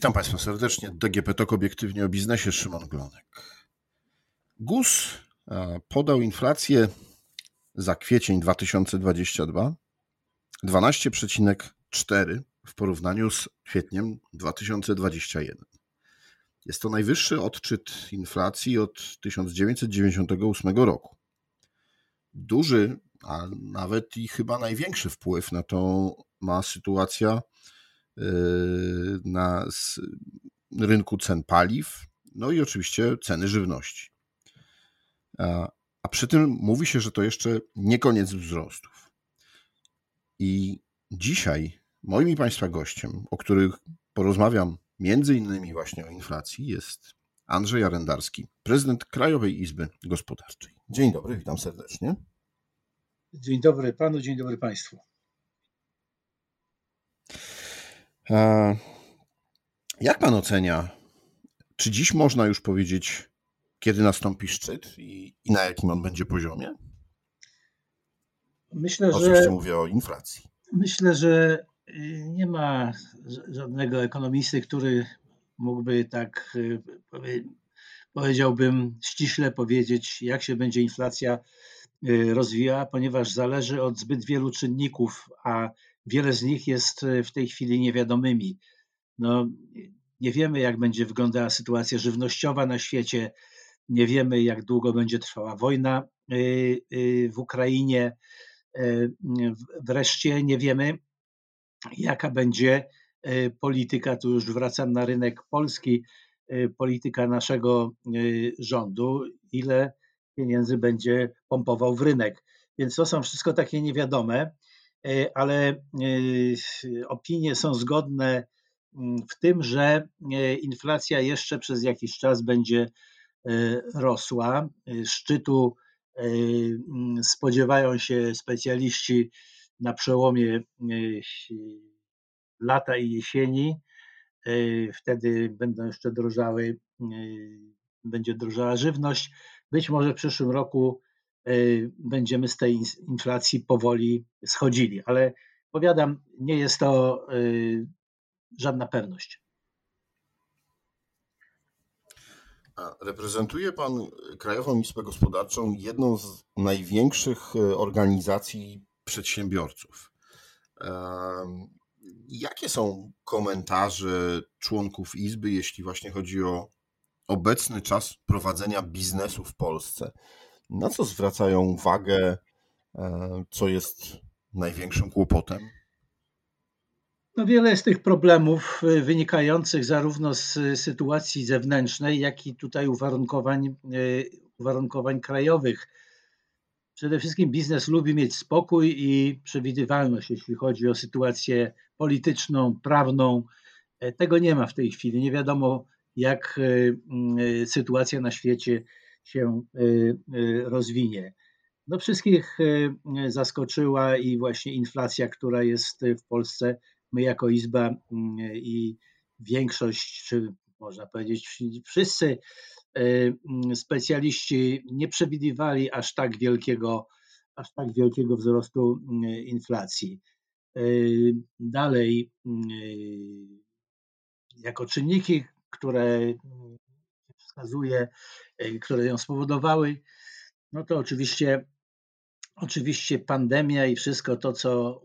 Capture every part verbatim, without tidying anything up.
Witam Państwa serdecznie. D G P Talk obiektywnie o biznesie. Szymon Glonek. G U S podał inflację za kwiecień dwa tysiące dwudziesty drugi dwanaście przecinek cztery w porównaniu z kwietniem dwa tysiące dwudziestym pierwszym. Jest to najwyższy odczyt inflacji od tysiąc dziewięćset dziewięćdziesiątego ósmego roku. Duży, a nawet i chyba największy wpływ na to ma sytuacja na rynku cen paliw, no i oczywiście ceny żywności. A, a przy tym mówi się, że to jeszcze nie koniec wzrostów. I dzisiaj moim i Państwa gościem, o których porozmawiam między innymi właśnie o inflacji, jest Andrzej Arendarski, prezydent Krajowej Izby Gospodarczej. Dzień dobry, witam serdecznie. Dzień dobry Panu, dzień dobry Państwu. A jak Pan ocenia, czy dziś można już powiedzieć, kiedy nastąpi szczyt i, i na jakim on będzie poziomie? Myślę, Oczywiście że mówię o inflacji. Myślę, że nie ma żadnego ekonomisty, który mógłby tak, powiedziałbym, ściśle powiedzieć, jak się będzie inflacja rozwijała, ponieważ zależy od zbyt wielu czynników, a wiele z nich jest w tej chwili niewiadomymi. No, nie wiemy, jak będzie wyglądała sytuacja żywnościowa na świecie, nie wiemy, jak długo będzie trwała wojna w Ukrainie. Wreszcie nie wiemy, jaka będzie polityka, tu już wracam na rynek polski, polityka naszego rządu, ile pieniędzy będzie pompował w rynek. Więc to są wszystko takie niewiadome, ale opinie są zgodne w tym, że inflacja jeszcze przez jakiś czas będzie rosła. Szczytu spodziewają się specjaliści na przełomie lata i jesieni. Wtedy będą jeszcze drożały, będzie drożała żywność. Być może w przyszłym roku będziemy z tej inflacji powoli schodzili, ale powiadam, nie jest to żadna pewność. Reprezentuje Pan Krajową Izbę Gospodarczą, jedną z największych organizacji przedsiębiorców. Jakie są komentarze członków Izby, jeśli właśnie chodzi o obecny czas prowadzenia biznesu w Polsce? Na co zwracają uwagę, co jest największym kłopotem? No wiele jest tych problemów wynikających zarówno z sytuacji zewnętrznej, jak i tutaj uwarunkowań, uwarunkowań krajowych. Przede wszystkim biznes lubi mieć spokój i przewidywalność, jeśli chodzi o sytuację polityczną, prawną. Tego nie ma w tej chwili. Nie wiadomo, jak sytuacja na świecie się rozwinie. No wszystkich zaskoczyła i właśnie inflacja, która jest w Polsce. My jako Izba i większość, czy można powiedzieć wszyscy specjaliści nie przewidywali aż tak wielkiego, aż tak wielkiego wzrostu inflacji. Dalej, jako czynniki, które wskazuje, które ją spowodowały, no to oczywiście Oczywiście pandemia i wszystko to, co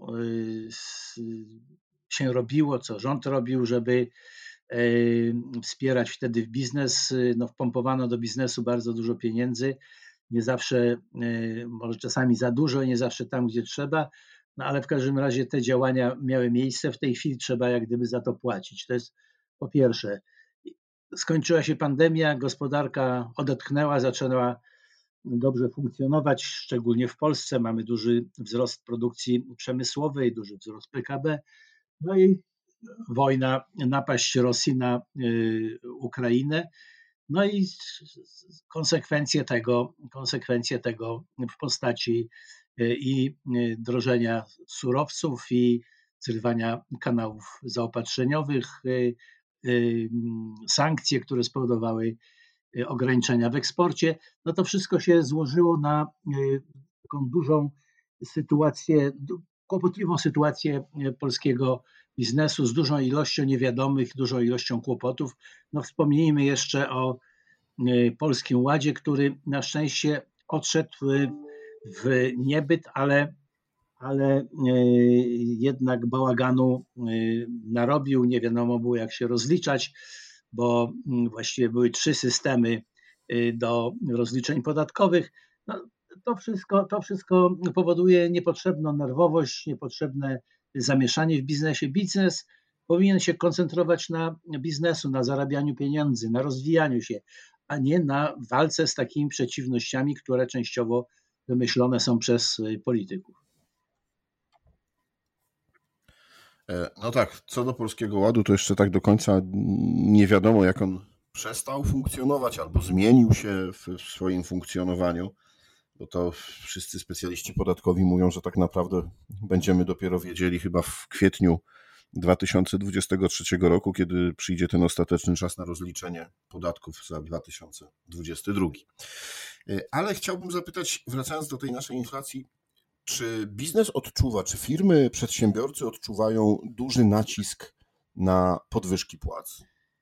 się robiło, co rząd robił, żeby wspierać wtedy biznes. No, wpompowano do biznesu bardzo dużo pieniędzy, nie zawsze, może czasami za dużo, nie zawsze tam, gdzie trzeba, no ale w każdym razie te działania miały miejsce. W tej chwili trzeba jak gdyby za to płacić. To jest po pierwsze. Skończyła się pandemia, gospodarka odetchnęła, zaczęła dobrze funkcjonować, szczególnie w Polsce. Mamy duży wzrost produkcji przemysłowej, duży wzrost P K B. No i wojna, napaść Rosji na Ukrainę. No i konsekwencje tego, konsekwencje tego w postaci i drożenia surowców, i zrywania kanałów zaopatrzeniowych, sankcje, które spowodowały ograniczenia w eksporcie, no to wszystko się złożyło na taką dużą sytuację, kłopotliwą sytuację polskiego biznesu z dużą ilością niewiadomych, dużą ilością kłopotów. No wspomnijmy jeszcze o Polskim Ładzie, który na szczęście odszedł w niebyt, ale, ale jednak bałaganu narobił. Nie wiadomo było, jak się rozliczać, bo właściwie były trzy systemy do rozliczeń podatkowych. No, to wszystko, to wszystko powoduje niepotrzebną nerwowość, niepotrzebne zamieszanie w biznesie. Biznes powinien się koncentrować na biznesu, na zarabianiu pieniędzy, na rozwijaniu się, a nie na walce z takimi przeciwnościami, które częściowo wymyślone są przez polityków. No tak, co do Polskiego Ładu, to jeszcze tak do końca nie wiadomo, jak on przestał funkcjonować albo zmienił się w swoim funkcjonowaniu, bo to wszyscy specjaliści podatkowi mówią, że tak naprawdę będziemy dopiero wiedzieli chyba w kwietniu dwa tysiące dwudziestego trzeciego roku, kiedy przyjdzie ten ostateczny czas na rozliczenie podatków za dwa tysiące dwudziesty drugi. Ale chciałbym zapytać, wracając do tej naszej inflacji, czy biznes odczuwa, czy firmy, przedsiębiorcy odczuwają duży nacisk na podwyżki płac?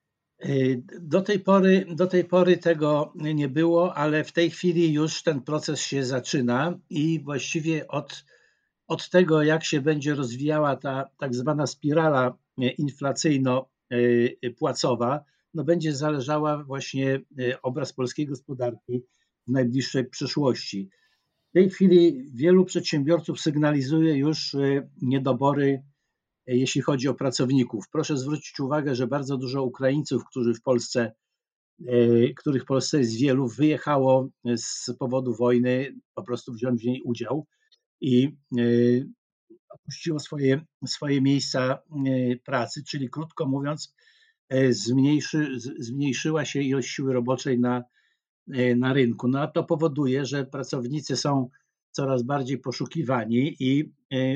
Do tej pory, do tej pory tego nie było, ale w tej chwili już ten proces się zaczyna i właściwie od, od tego, jak się będzie rozwijała ta tak zwana spirala inflacyjno-płacowa, no będzie zależała właśnie obraz polskiej gospodarki w najbliższej przyszłości. W tej chwili wielu przedsiębiorców sygnalizuje już niedobory, jeśli chodzi o pracowników. Proszę zwrócić uwagę, że bardzo dużo Ukraińców, którzy w Polsce, których w Polsce jest wielu, wyjechało z powodu wojny, po prostu wziąć w niej udział i opuściło swoje, swoje miejsca pracy, czyli krótko mówiąc, zmniejszy, zmniejszyła się ilość siły roboczej na, na rynku. No a to powoduje, że pracownicy są coraz bardziej poszukiwani i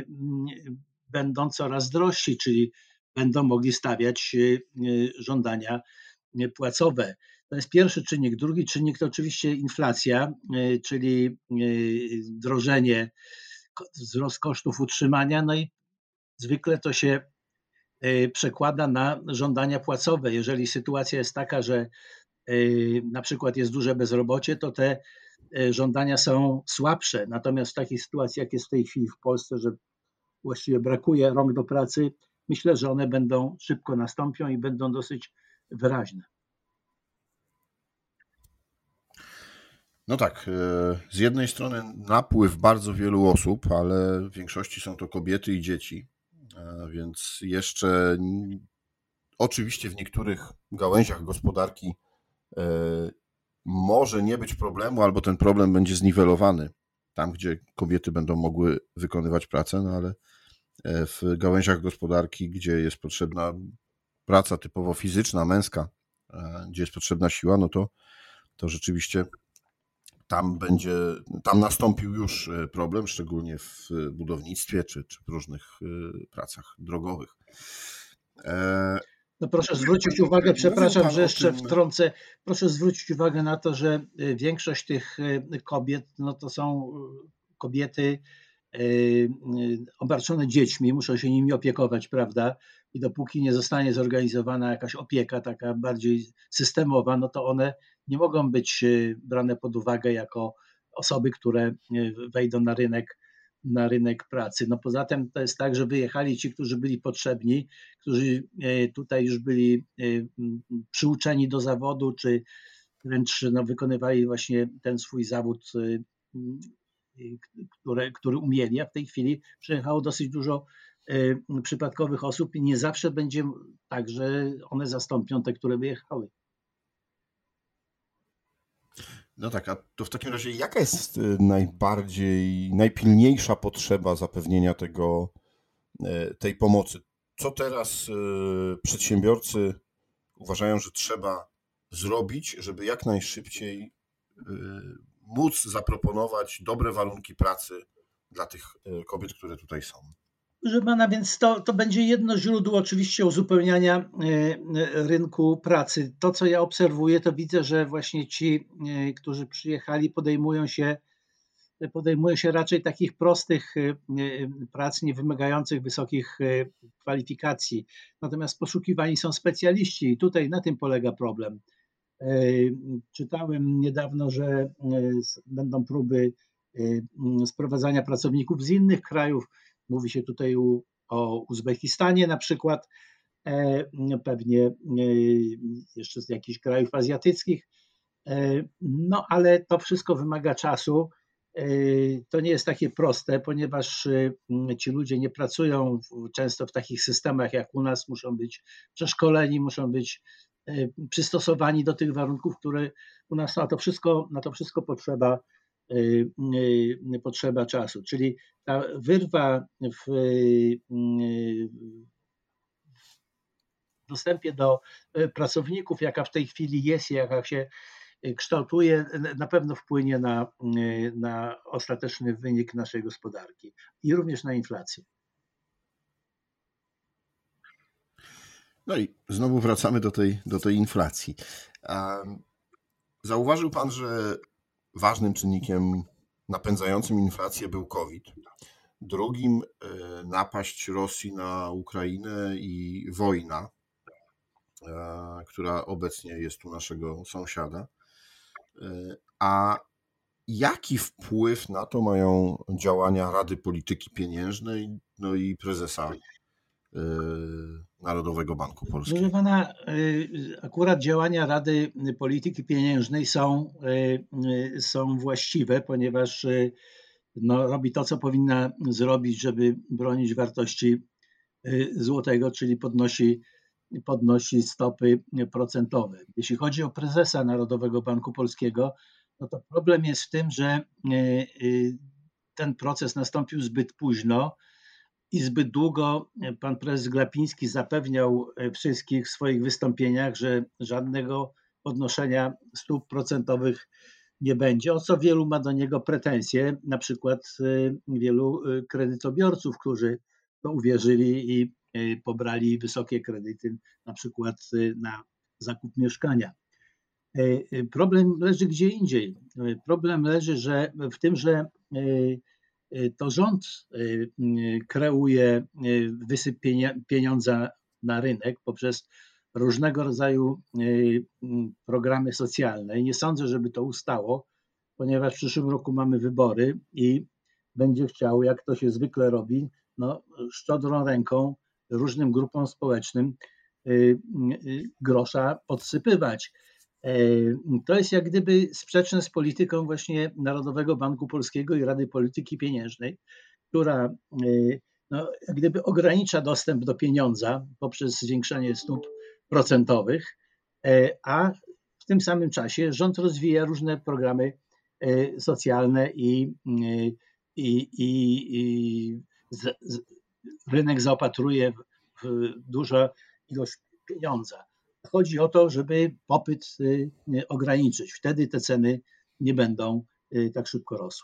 będą coraz drożsi, czyli będą mogli stawiać żądania płacowe. To jest pierwszy czynnik. Drugi czynnik to oczywiście inflacja, czyli drożenie, wzrost kosztów utrzymania, no i zwykle to się przekłada na żądania płacowe. Jeżeli sytuacja jest taka, że na przykład jest duże bezrobocie, to te żądania są słabsze. Natomiast w takiej sytuacji, jak jest w tej chwili w Polsce, że właściwie brakuje rąk do pracy, myślę, że one będą szybko nastąpią i będą dosyć wyraźne. No tak, z jednej strony napływ bardzo wielu osób, ale w większości są to kobiety i dzieci, więc jeszcze oczywiście w niektórych gałęziach gospodarki może nie być problemu, albo ten problem będzie zniwelowany tam, gdzie kobiety będą mogły wykonywać pracę, no ale w gałęziach gospodarki, gdzie jest potrzebna praca typowo fizyczna, męska, gdzie jest potrzebna siła, no to, to rzeczywiście tam będzie, tam nastąpił już problem, szczególnie w budownictwie czy, czy w różnych pracach drogowych. No proszę zwrócić uwagę, przepraszam, że jeszcze wtrącę, proszę zwrócić uwagę na to, że większość tych kobiet, no to są kobiety obarczone dziećmi, muszą się nimi opiekować, prawda? I dopóki nie zostanie zorganizowana jakaś opieka taka bardziej systemowa, no to one nie mogą być brane pod uwagę jako osoby, które wejdą na rynek, na rynek pracy. No poza tym to jest tak, że wyjechali ci, którzy byli potrzebni, którzy tutaj już byli przyuczeni do zawodu, czy wręcz no, wykonywali właśnie ten swój zawód, który, który umieli, a w tej chwili przyjechało dosyć dużo przypadkowych osób i nie zawsze będzie tak, że one zastąpią te, które wyjechały. No tak, a to w takim razie jaka jest najbardziej, najpilniejsza potrzeba zapewnienia tego, tej pomocy? Co teraz przedsiębiorcy uważają, że trzeba zrobić, żeby jak najszybciej móc zaproponować dobre warunki pracy dla tych kobiet, które tutaj są? Proszę pana, więc to, to będzie jedno źródło oczywiście uzupełniania rynku pracy. To, co ja obserwuję, to widzę, że właśnie ci, którzy przyjechali, podejmują się podejmuje się raczej takich prostych prac, nie wymagających wysokich kwalifikacji. Natomiast poszukiwani są specjaliści i tutaj na tym polega problem. Czytałem niedawno, że będą próby sprowadzania pracowników z innych krajów. Mówi się tutaj o Uzbekistanie na przykład, pewnie jeszcze z jakichś krajów azjatyckich. No ale to wszystko wymaga czasu. To nie jest takie proste, ponieważ ci ludzie nie pracują często w takich systemach jak u nas, muszą być przeszkoleni, muszą być przystosowani do tych warunków, które u nas są, a to wszystko, na to wszystko potrzeba, potrzeba czasu. Czyli ta wyrwa w dostępie do pracowników, jaka w tej chwili jest, jaka się kształtuje, na pewno wpłynie na, na ostateczny wynik naszej gospodarki i również na inflację. No i znowu wracamy do tej, do tej inflacji. Zauważył Pan, że ważnym czynnikiem napędzającym inflację był COVID. Drugim napaść Rosji na Ukrainę i wojna, która obecnie jest u naszego sąsiada. A jaki wpływ na to mają działania Rady Polityki Pieniężnej, no i prezesa Narodowego Banku Polskiego? Proszę pana, akurat działania Rady Polityki Pieniężnej są, są właściwe, ponieważ no, robi to, co powinna zrobić, żeby bronić wartości złotego, czyli podnosi, podnosi stopy procentowe. Jeśli chodzi o prezesa Narodowego Banku Polskiego, no to problem jest w tym, że ten proces nastąpił zbyt późno i zbyt długo pan prezes Glapiński zapewniał wszystkich w swoich wystąpieniach, że żadnego podnoszenia stóp procentowych nie będzie, o co wielu ma do niego pretensje, na przykład wielu kredytobiorców, którzy to uwierzyli i pobrali wysokie kredyty, na przykład na zakup mieszkania. Problem leży gdzie indziej. Problem leży że w tym, że to rząd kreuje wysyp pieniądza na rynek poprzez różnego rodzaju programy socjalne. I nie sądzę, żeby to ustało, ponieważ w przyszłym roku mamy wybory i będzie chciał, jak to się zwykle robi, no, szczodrą ręką różnym grupom społecznym grosza podsypywać. To jest jak gdyby sprzeczne z polityką właśnie Narodowego Banku Polskiego i Rady Polityki Pieniężnej, która no, jak gdyby ogranicza dostęp do pieniądza poprzez zwiększanie stóp procentowych, a w tym samym czasie rząd rozwija różne programy socjalne i, i, i, i z, z, rynek zaopatruje w, w dużą ilość pieniądza. Chodzi o to, żeby popyt ograniczyć. Wtedy te ceny nie będą tak szybko rosły.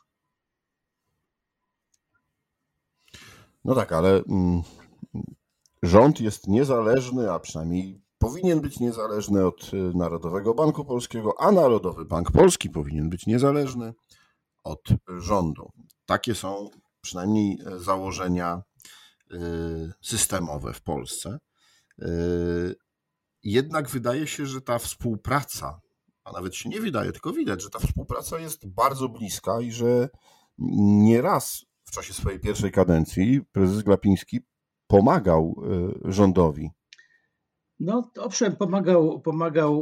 No tak, ale mm, rząd jest niezależny, a przynajmniej powinien być niezależny od Narodowego Banku Polskiego, a Narodowy Bank Polski powinien być niezależny od rządu. Takie są przynajmniej założenia systemowe w Polsce. Jednak wydaje się, że ta współpraca, a nawet się nie wydaje, tylko widać, że ta współpraca jest bardzo bliska i że nieraz w czasie swojej pierwszej kadencji prezes Glapiński pomagał rządowi. No owszem, pomagał, pomagał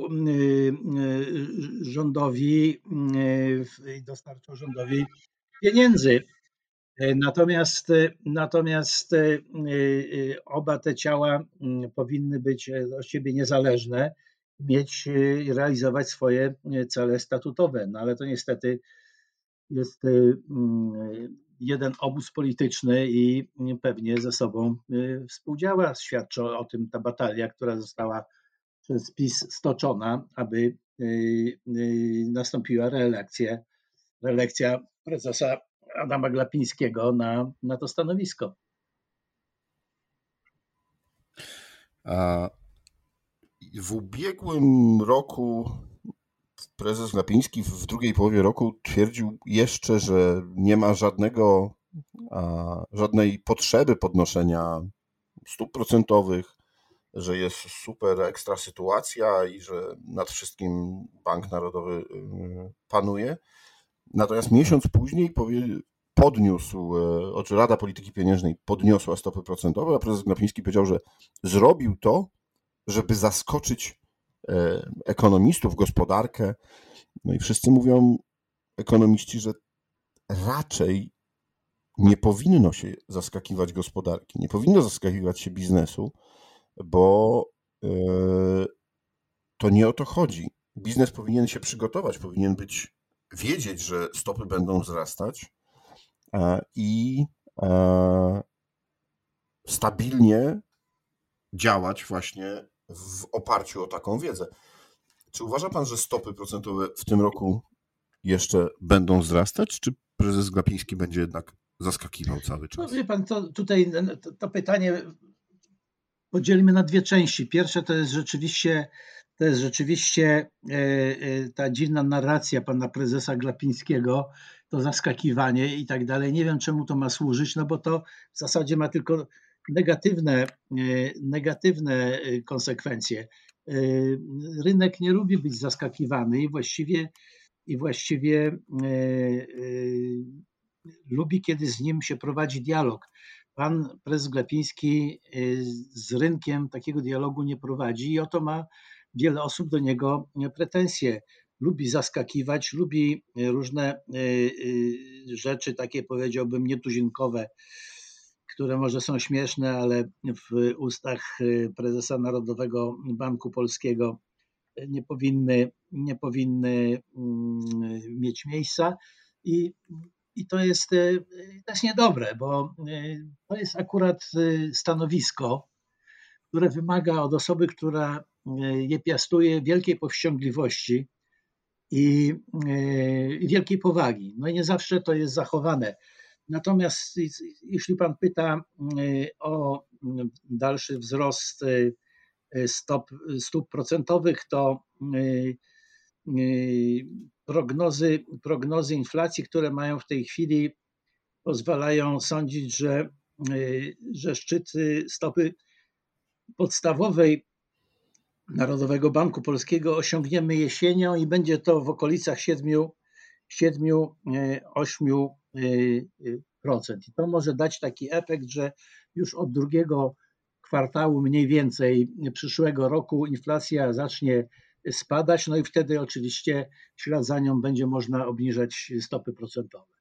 rządowi i dostarczał rządowi pieniędzy. Natomiast, natomiast oba te ciała powinny być od siebie niezależne, mieć i realizować swoje cele statutowe. No ale to niestety jest jeden obóz polityczny i pewnie ze sobą współdziała. Świadczy o tym ta batalia, która została przez PiS stoczona, aby nastąpiła reelekcja, reelekcja prezesa Adama Glapińskiego na, na to stanowisko. A w ubiegłym roku, w prezes Glapiński w drugiej połowie roku twierdził jeszcze, że nie ma żadnego, a, żadnej potrzeby podnoszenia stóp procentowych, że jest super ekstra sytuacja i że nad wszystkim Bank Narodowy y, panuje. Natomiast miesiąc później powie, podniósł, e, znaczy Rada Polityki Pieniężnej podniosła stopy procentowe, a prezes Glapiński powiedział, że zrobił to, żeby zaskoczyć e, ekonomistów, gospodarkę. No i wszyscy mówią, ekonomiści, że raczej nie powinno się zaskakiwać gospodarki, nie powinno zaskakiwać się biznesu, bo e, to nie o to chodzi. Biznes powinien się przygotować, powinien być, wiedzieć, że stopy będą wzrastać e, i e, stabilnie działać właśnie w oparciu o taką wiedzę. Czy uważa pan, że stopy procentowe w tym roku jeszcze będą wzrastać, czy prezes Glapiński będzie jednak zaskakiwał cały No czas? wie pan, to tutaj to, to pytanie podzielimy na dwie części. Pierwsze to jest rzeczywiście, to jest rzeczywiście e, e, ta dziwna narracja pana prezesa Glapińskiego, to zaskakiwanie i tak dalej. Nie wiem, czemu to ma służyć, no bo to w zasadzie ma tylko negatywne, e, negatywne e, konsekwencje. E, Rynek nie lubi być zaskakiwany i właściwie, i właściwie e, e, lubi, kiedy z nim się prowadzi dialog. Pan prezes Glapiński y, z rynkiem takiego dialogu nie prowadzi i oto ma wiele osób do niego pretensje. Lubi zaskakiwać, lubi różne y, y, rzeczy, takie powiedziałbym nietuzinkowe, które może są śmieszne, ale w ustach prezesa Narodowego Banku Polskiego nie powinny, nie powinny mm, mieć miejsca. I i to jest, to jest niedobre, bo to jest akurat stanowisko, które wymaga od osoby, która je piastuje, wielkiej powściągliwości i, i wielkiej powagi. No i nie zawsze to jest zachowane. Natomiast jeśli pan pyta o dalszy wzrost stop, stóp procentowych, to prognozy, prognozy inflacji, które mają w tej chwili, pozwalają sądzić, że, że szczyt stopy podstawowej Narodowego Banku Polskiego osiągniemy jesienią i będzie to w okolicach siedem do ośmiu procent. I to może dać taki efekt, że już od drugiego kwartału mniej więcej przyszłego roku inflacja zacznie spadać, no i wtedy oczywiście w ślad za nią będzie można obniżać stopy procentowe.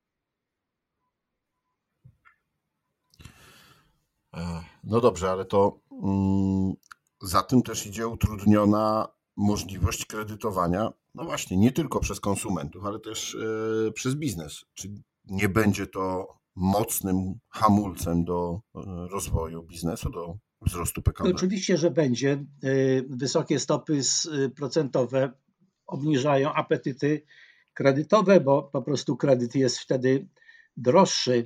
No dobrze, ale to mm, za tym też idzie utrudniona możliwość kredytowania, no właśnie, nie tylko przez konsumentów, ale też e, przez biznes. Czy nie będzie to mocnym hamulcem do e, rozwoju biznesu, do wzrostu P K B? Oczywiście, że będzie. Wysokie stopy procentowe obniżają apetyty kredytowe, bo po prostu kredyt jest wtedy droższy.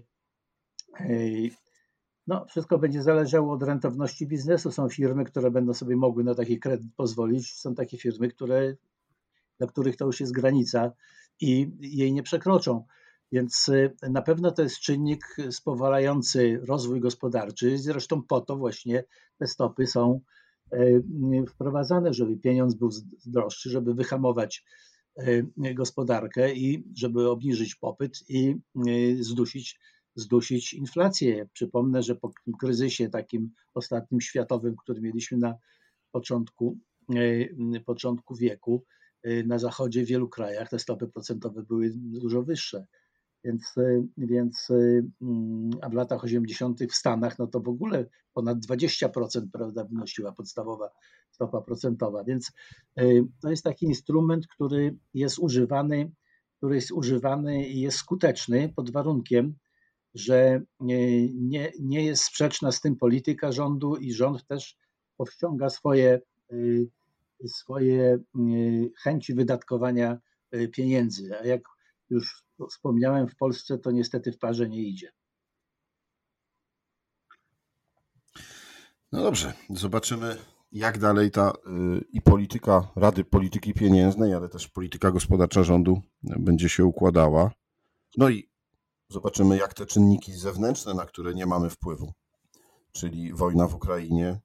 No, wszystko będzie zależało od rentowności biznesu. Są firmy, które będą sobie mogły na taki kredyt pozwolić. Są takie firmy, które, dla których to już jest granica i jej nie przekroczą. Więc na pewno to jest czynnik spowalający rozwój gospodarczy. Zresztą po to właśnie te stopy są wprowadzane, żeby pieniądz był droższy, żeby wyhamować gospodarkę i żeby obniżyć popyt i zdusić, zdusić inflację. Przypomnę, że po kryzysie takim ostatnim światowym, który mieliśmy na początku, początku wieku, na zachodzie w wielu krajach te stopy procentowe były dużo wyższe. Więc, więc a w latach osiemdziesiątych w Stanach no to w ogóle ponad dwadzieścia procent, prawda, wynosiła podstawowa stopa procentowa. Więc to jest taki instrument, który jest używany, który jest używany i jest skuteczny pod warunkiem, że nie, nie jest sprzeczna z tym polityka rządu i rząd też powściąga swoje, swoje chęci wydatkowania pieniędzy. A jak już wspomniałem, w Polsce to niestety w parze nie idzie. No dobrze, zobaczymy, jak dalej ta i polityka Rady Polityki Pieniężnej, ale też polityka gospodarcza rządu będzie się układała. No i zobaczymy, jak te czynniki zewnętrzne, na które nie mamy wpływu, czyli wojna w Ukrainie,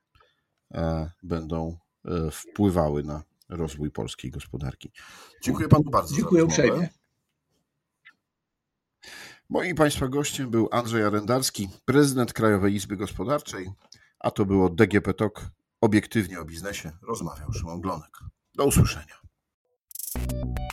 będą wpływały na rozwój polskiej gospodarki. Dziękuję panu bardzo. Dziękuję za rozmowę. uprzejmie. Moim państwa gościem był Andrzej Arendarski, prezydent Krajowej Izby Gospodarczej, a to było D G P Talk. Obiektywnie o biznesie rozmawiał Szymon Glonek. Do usłyszenia.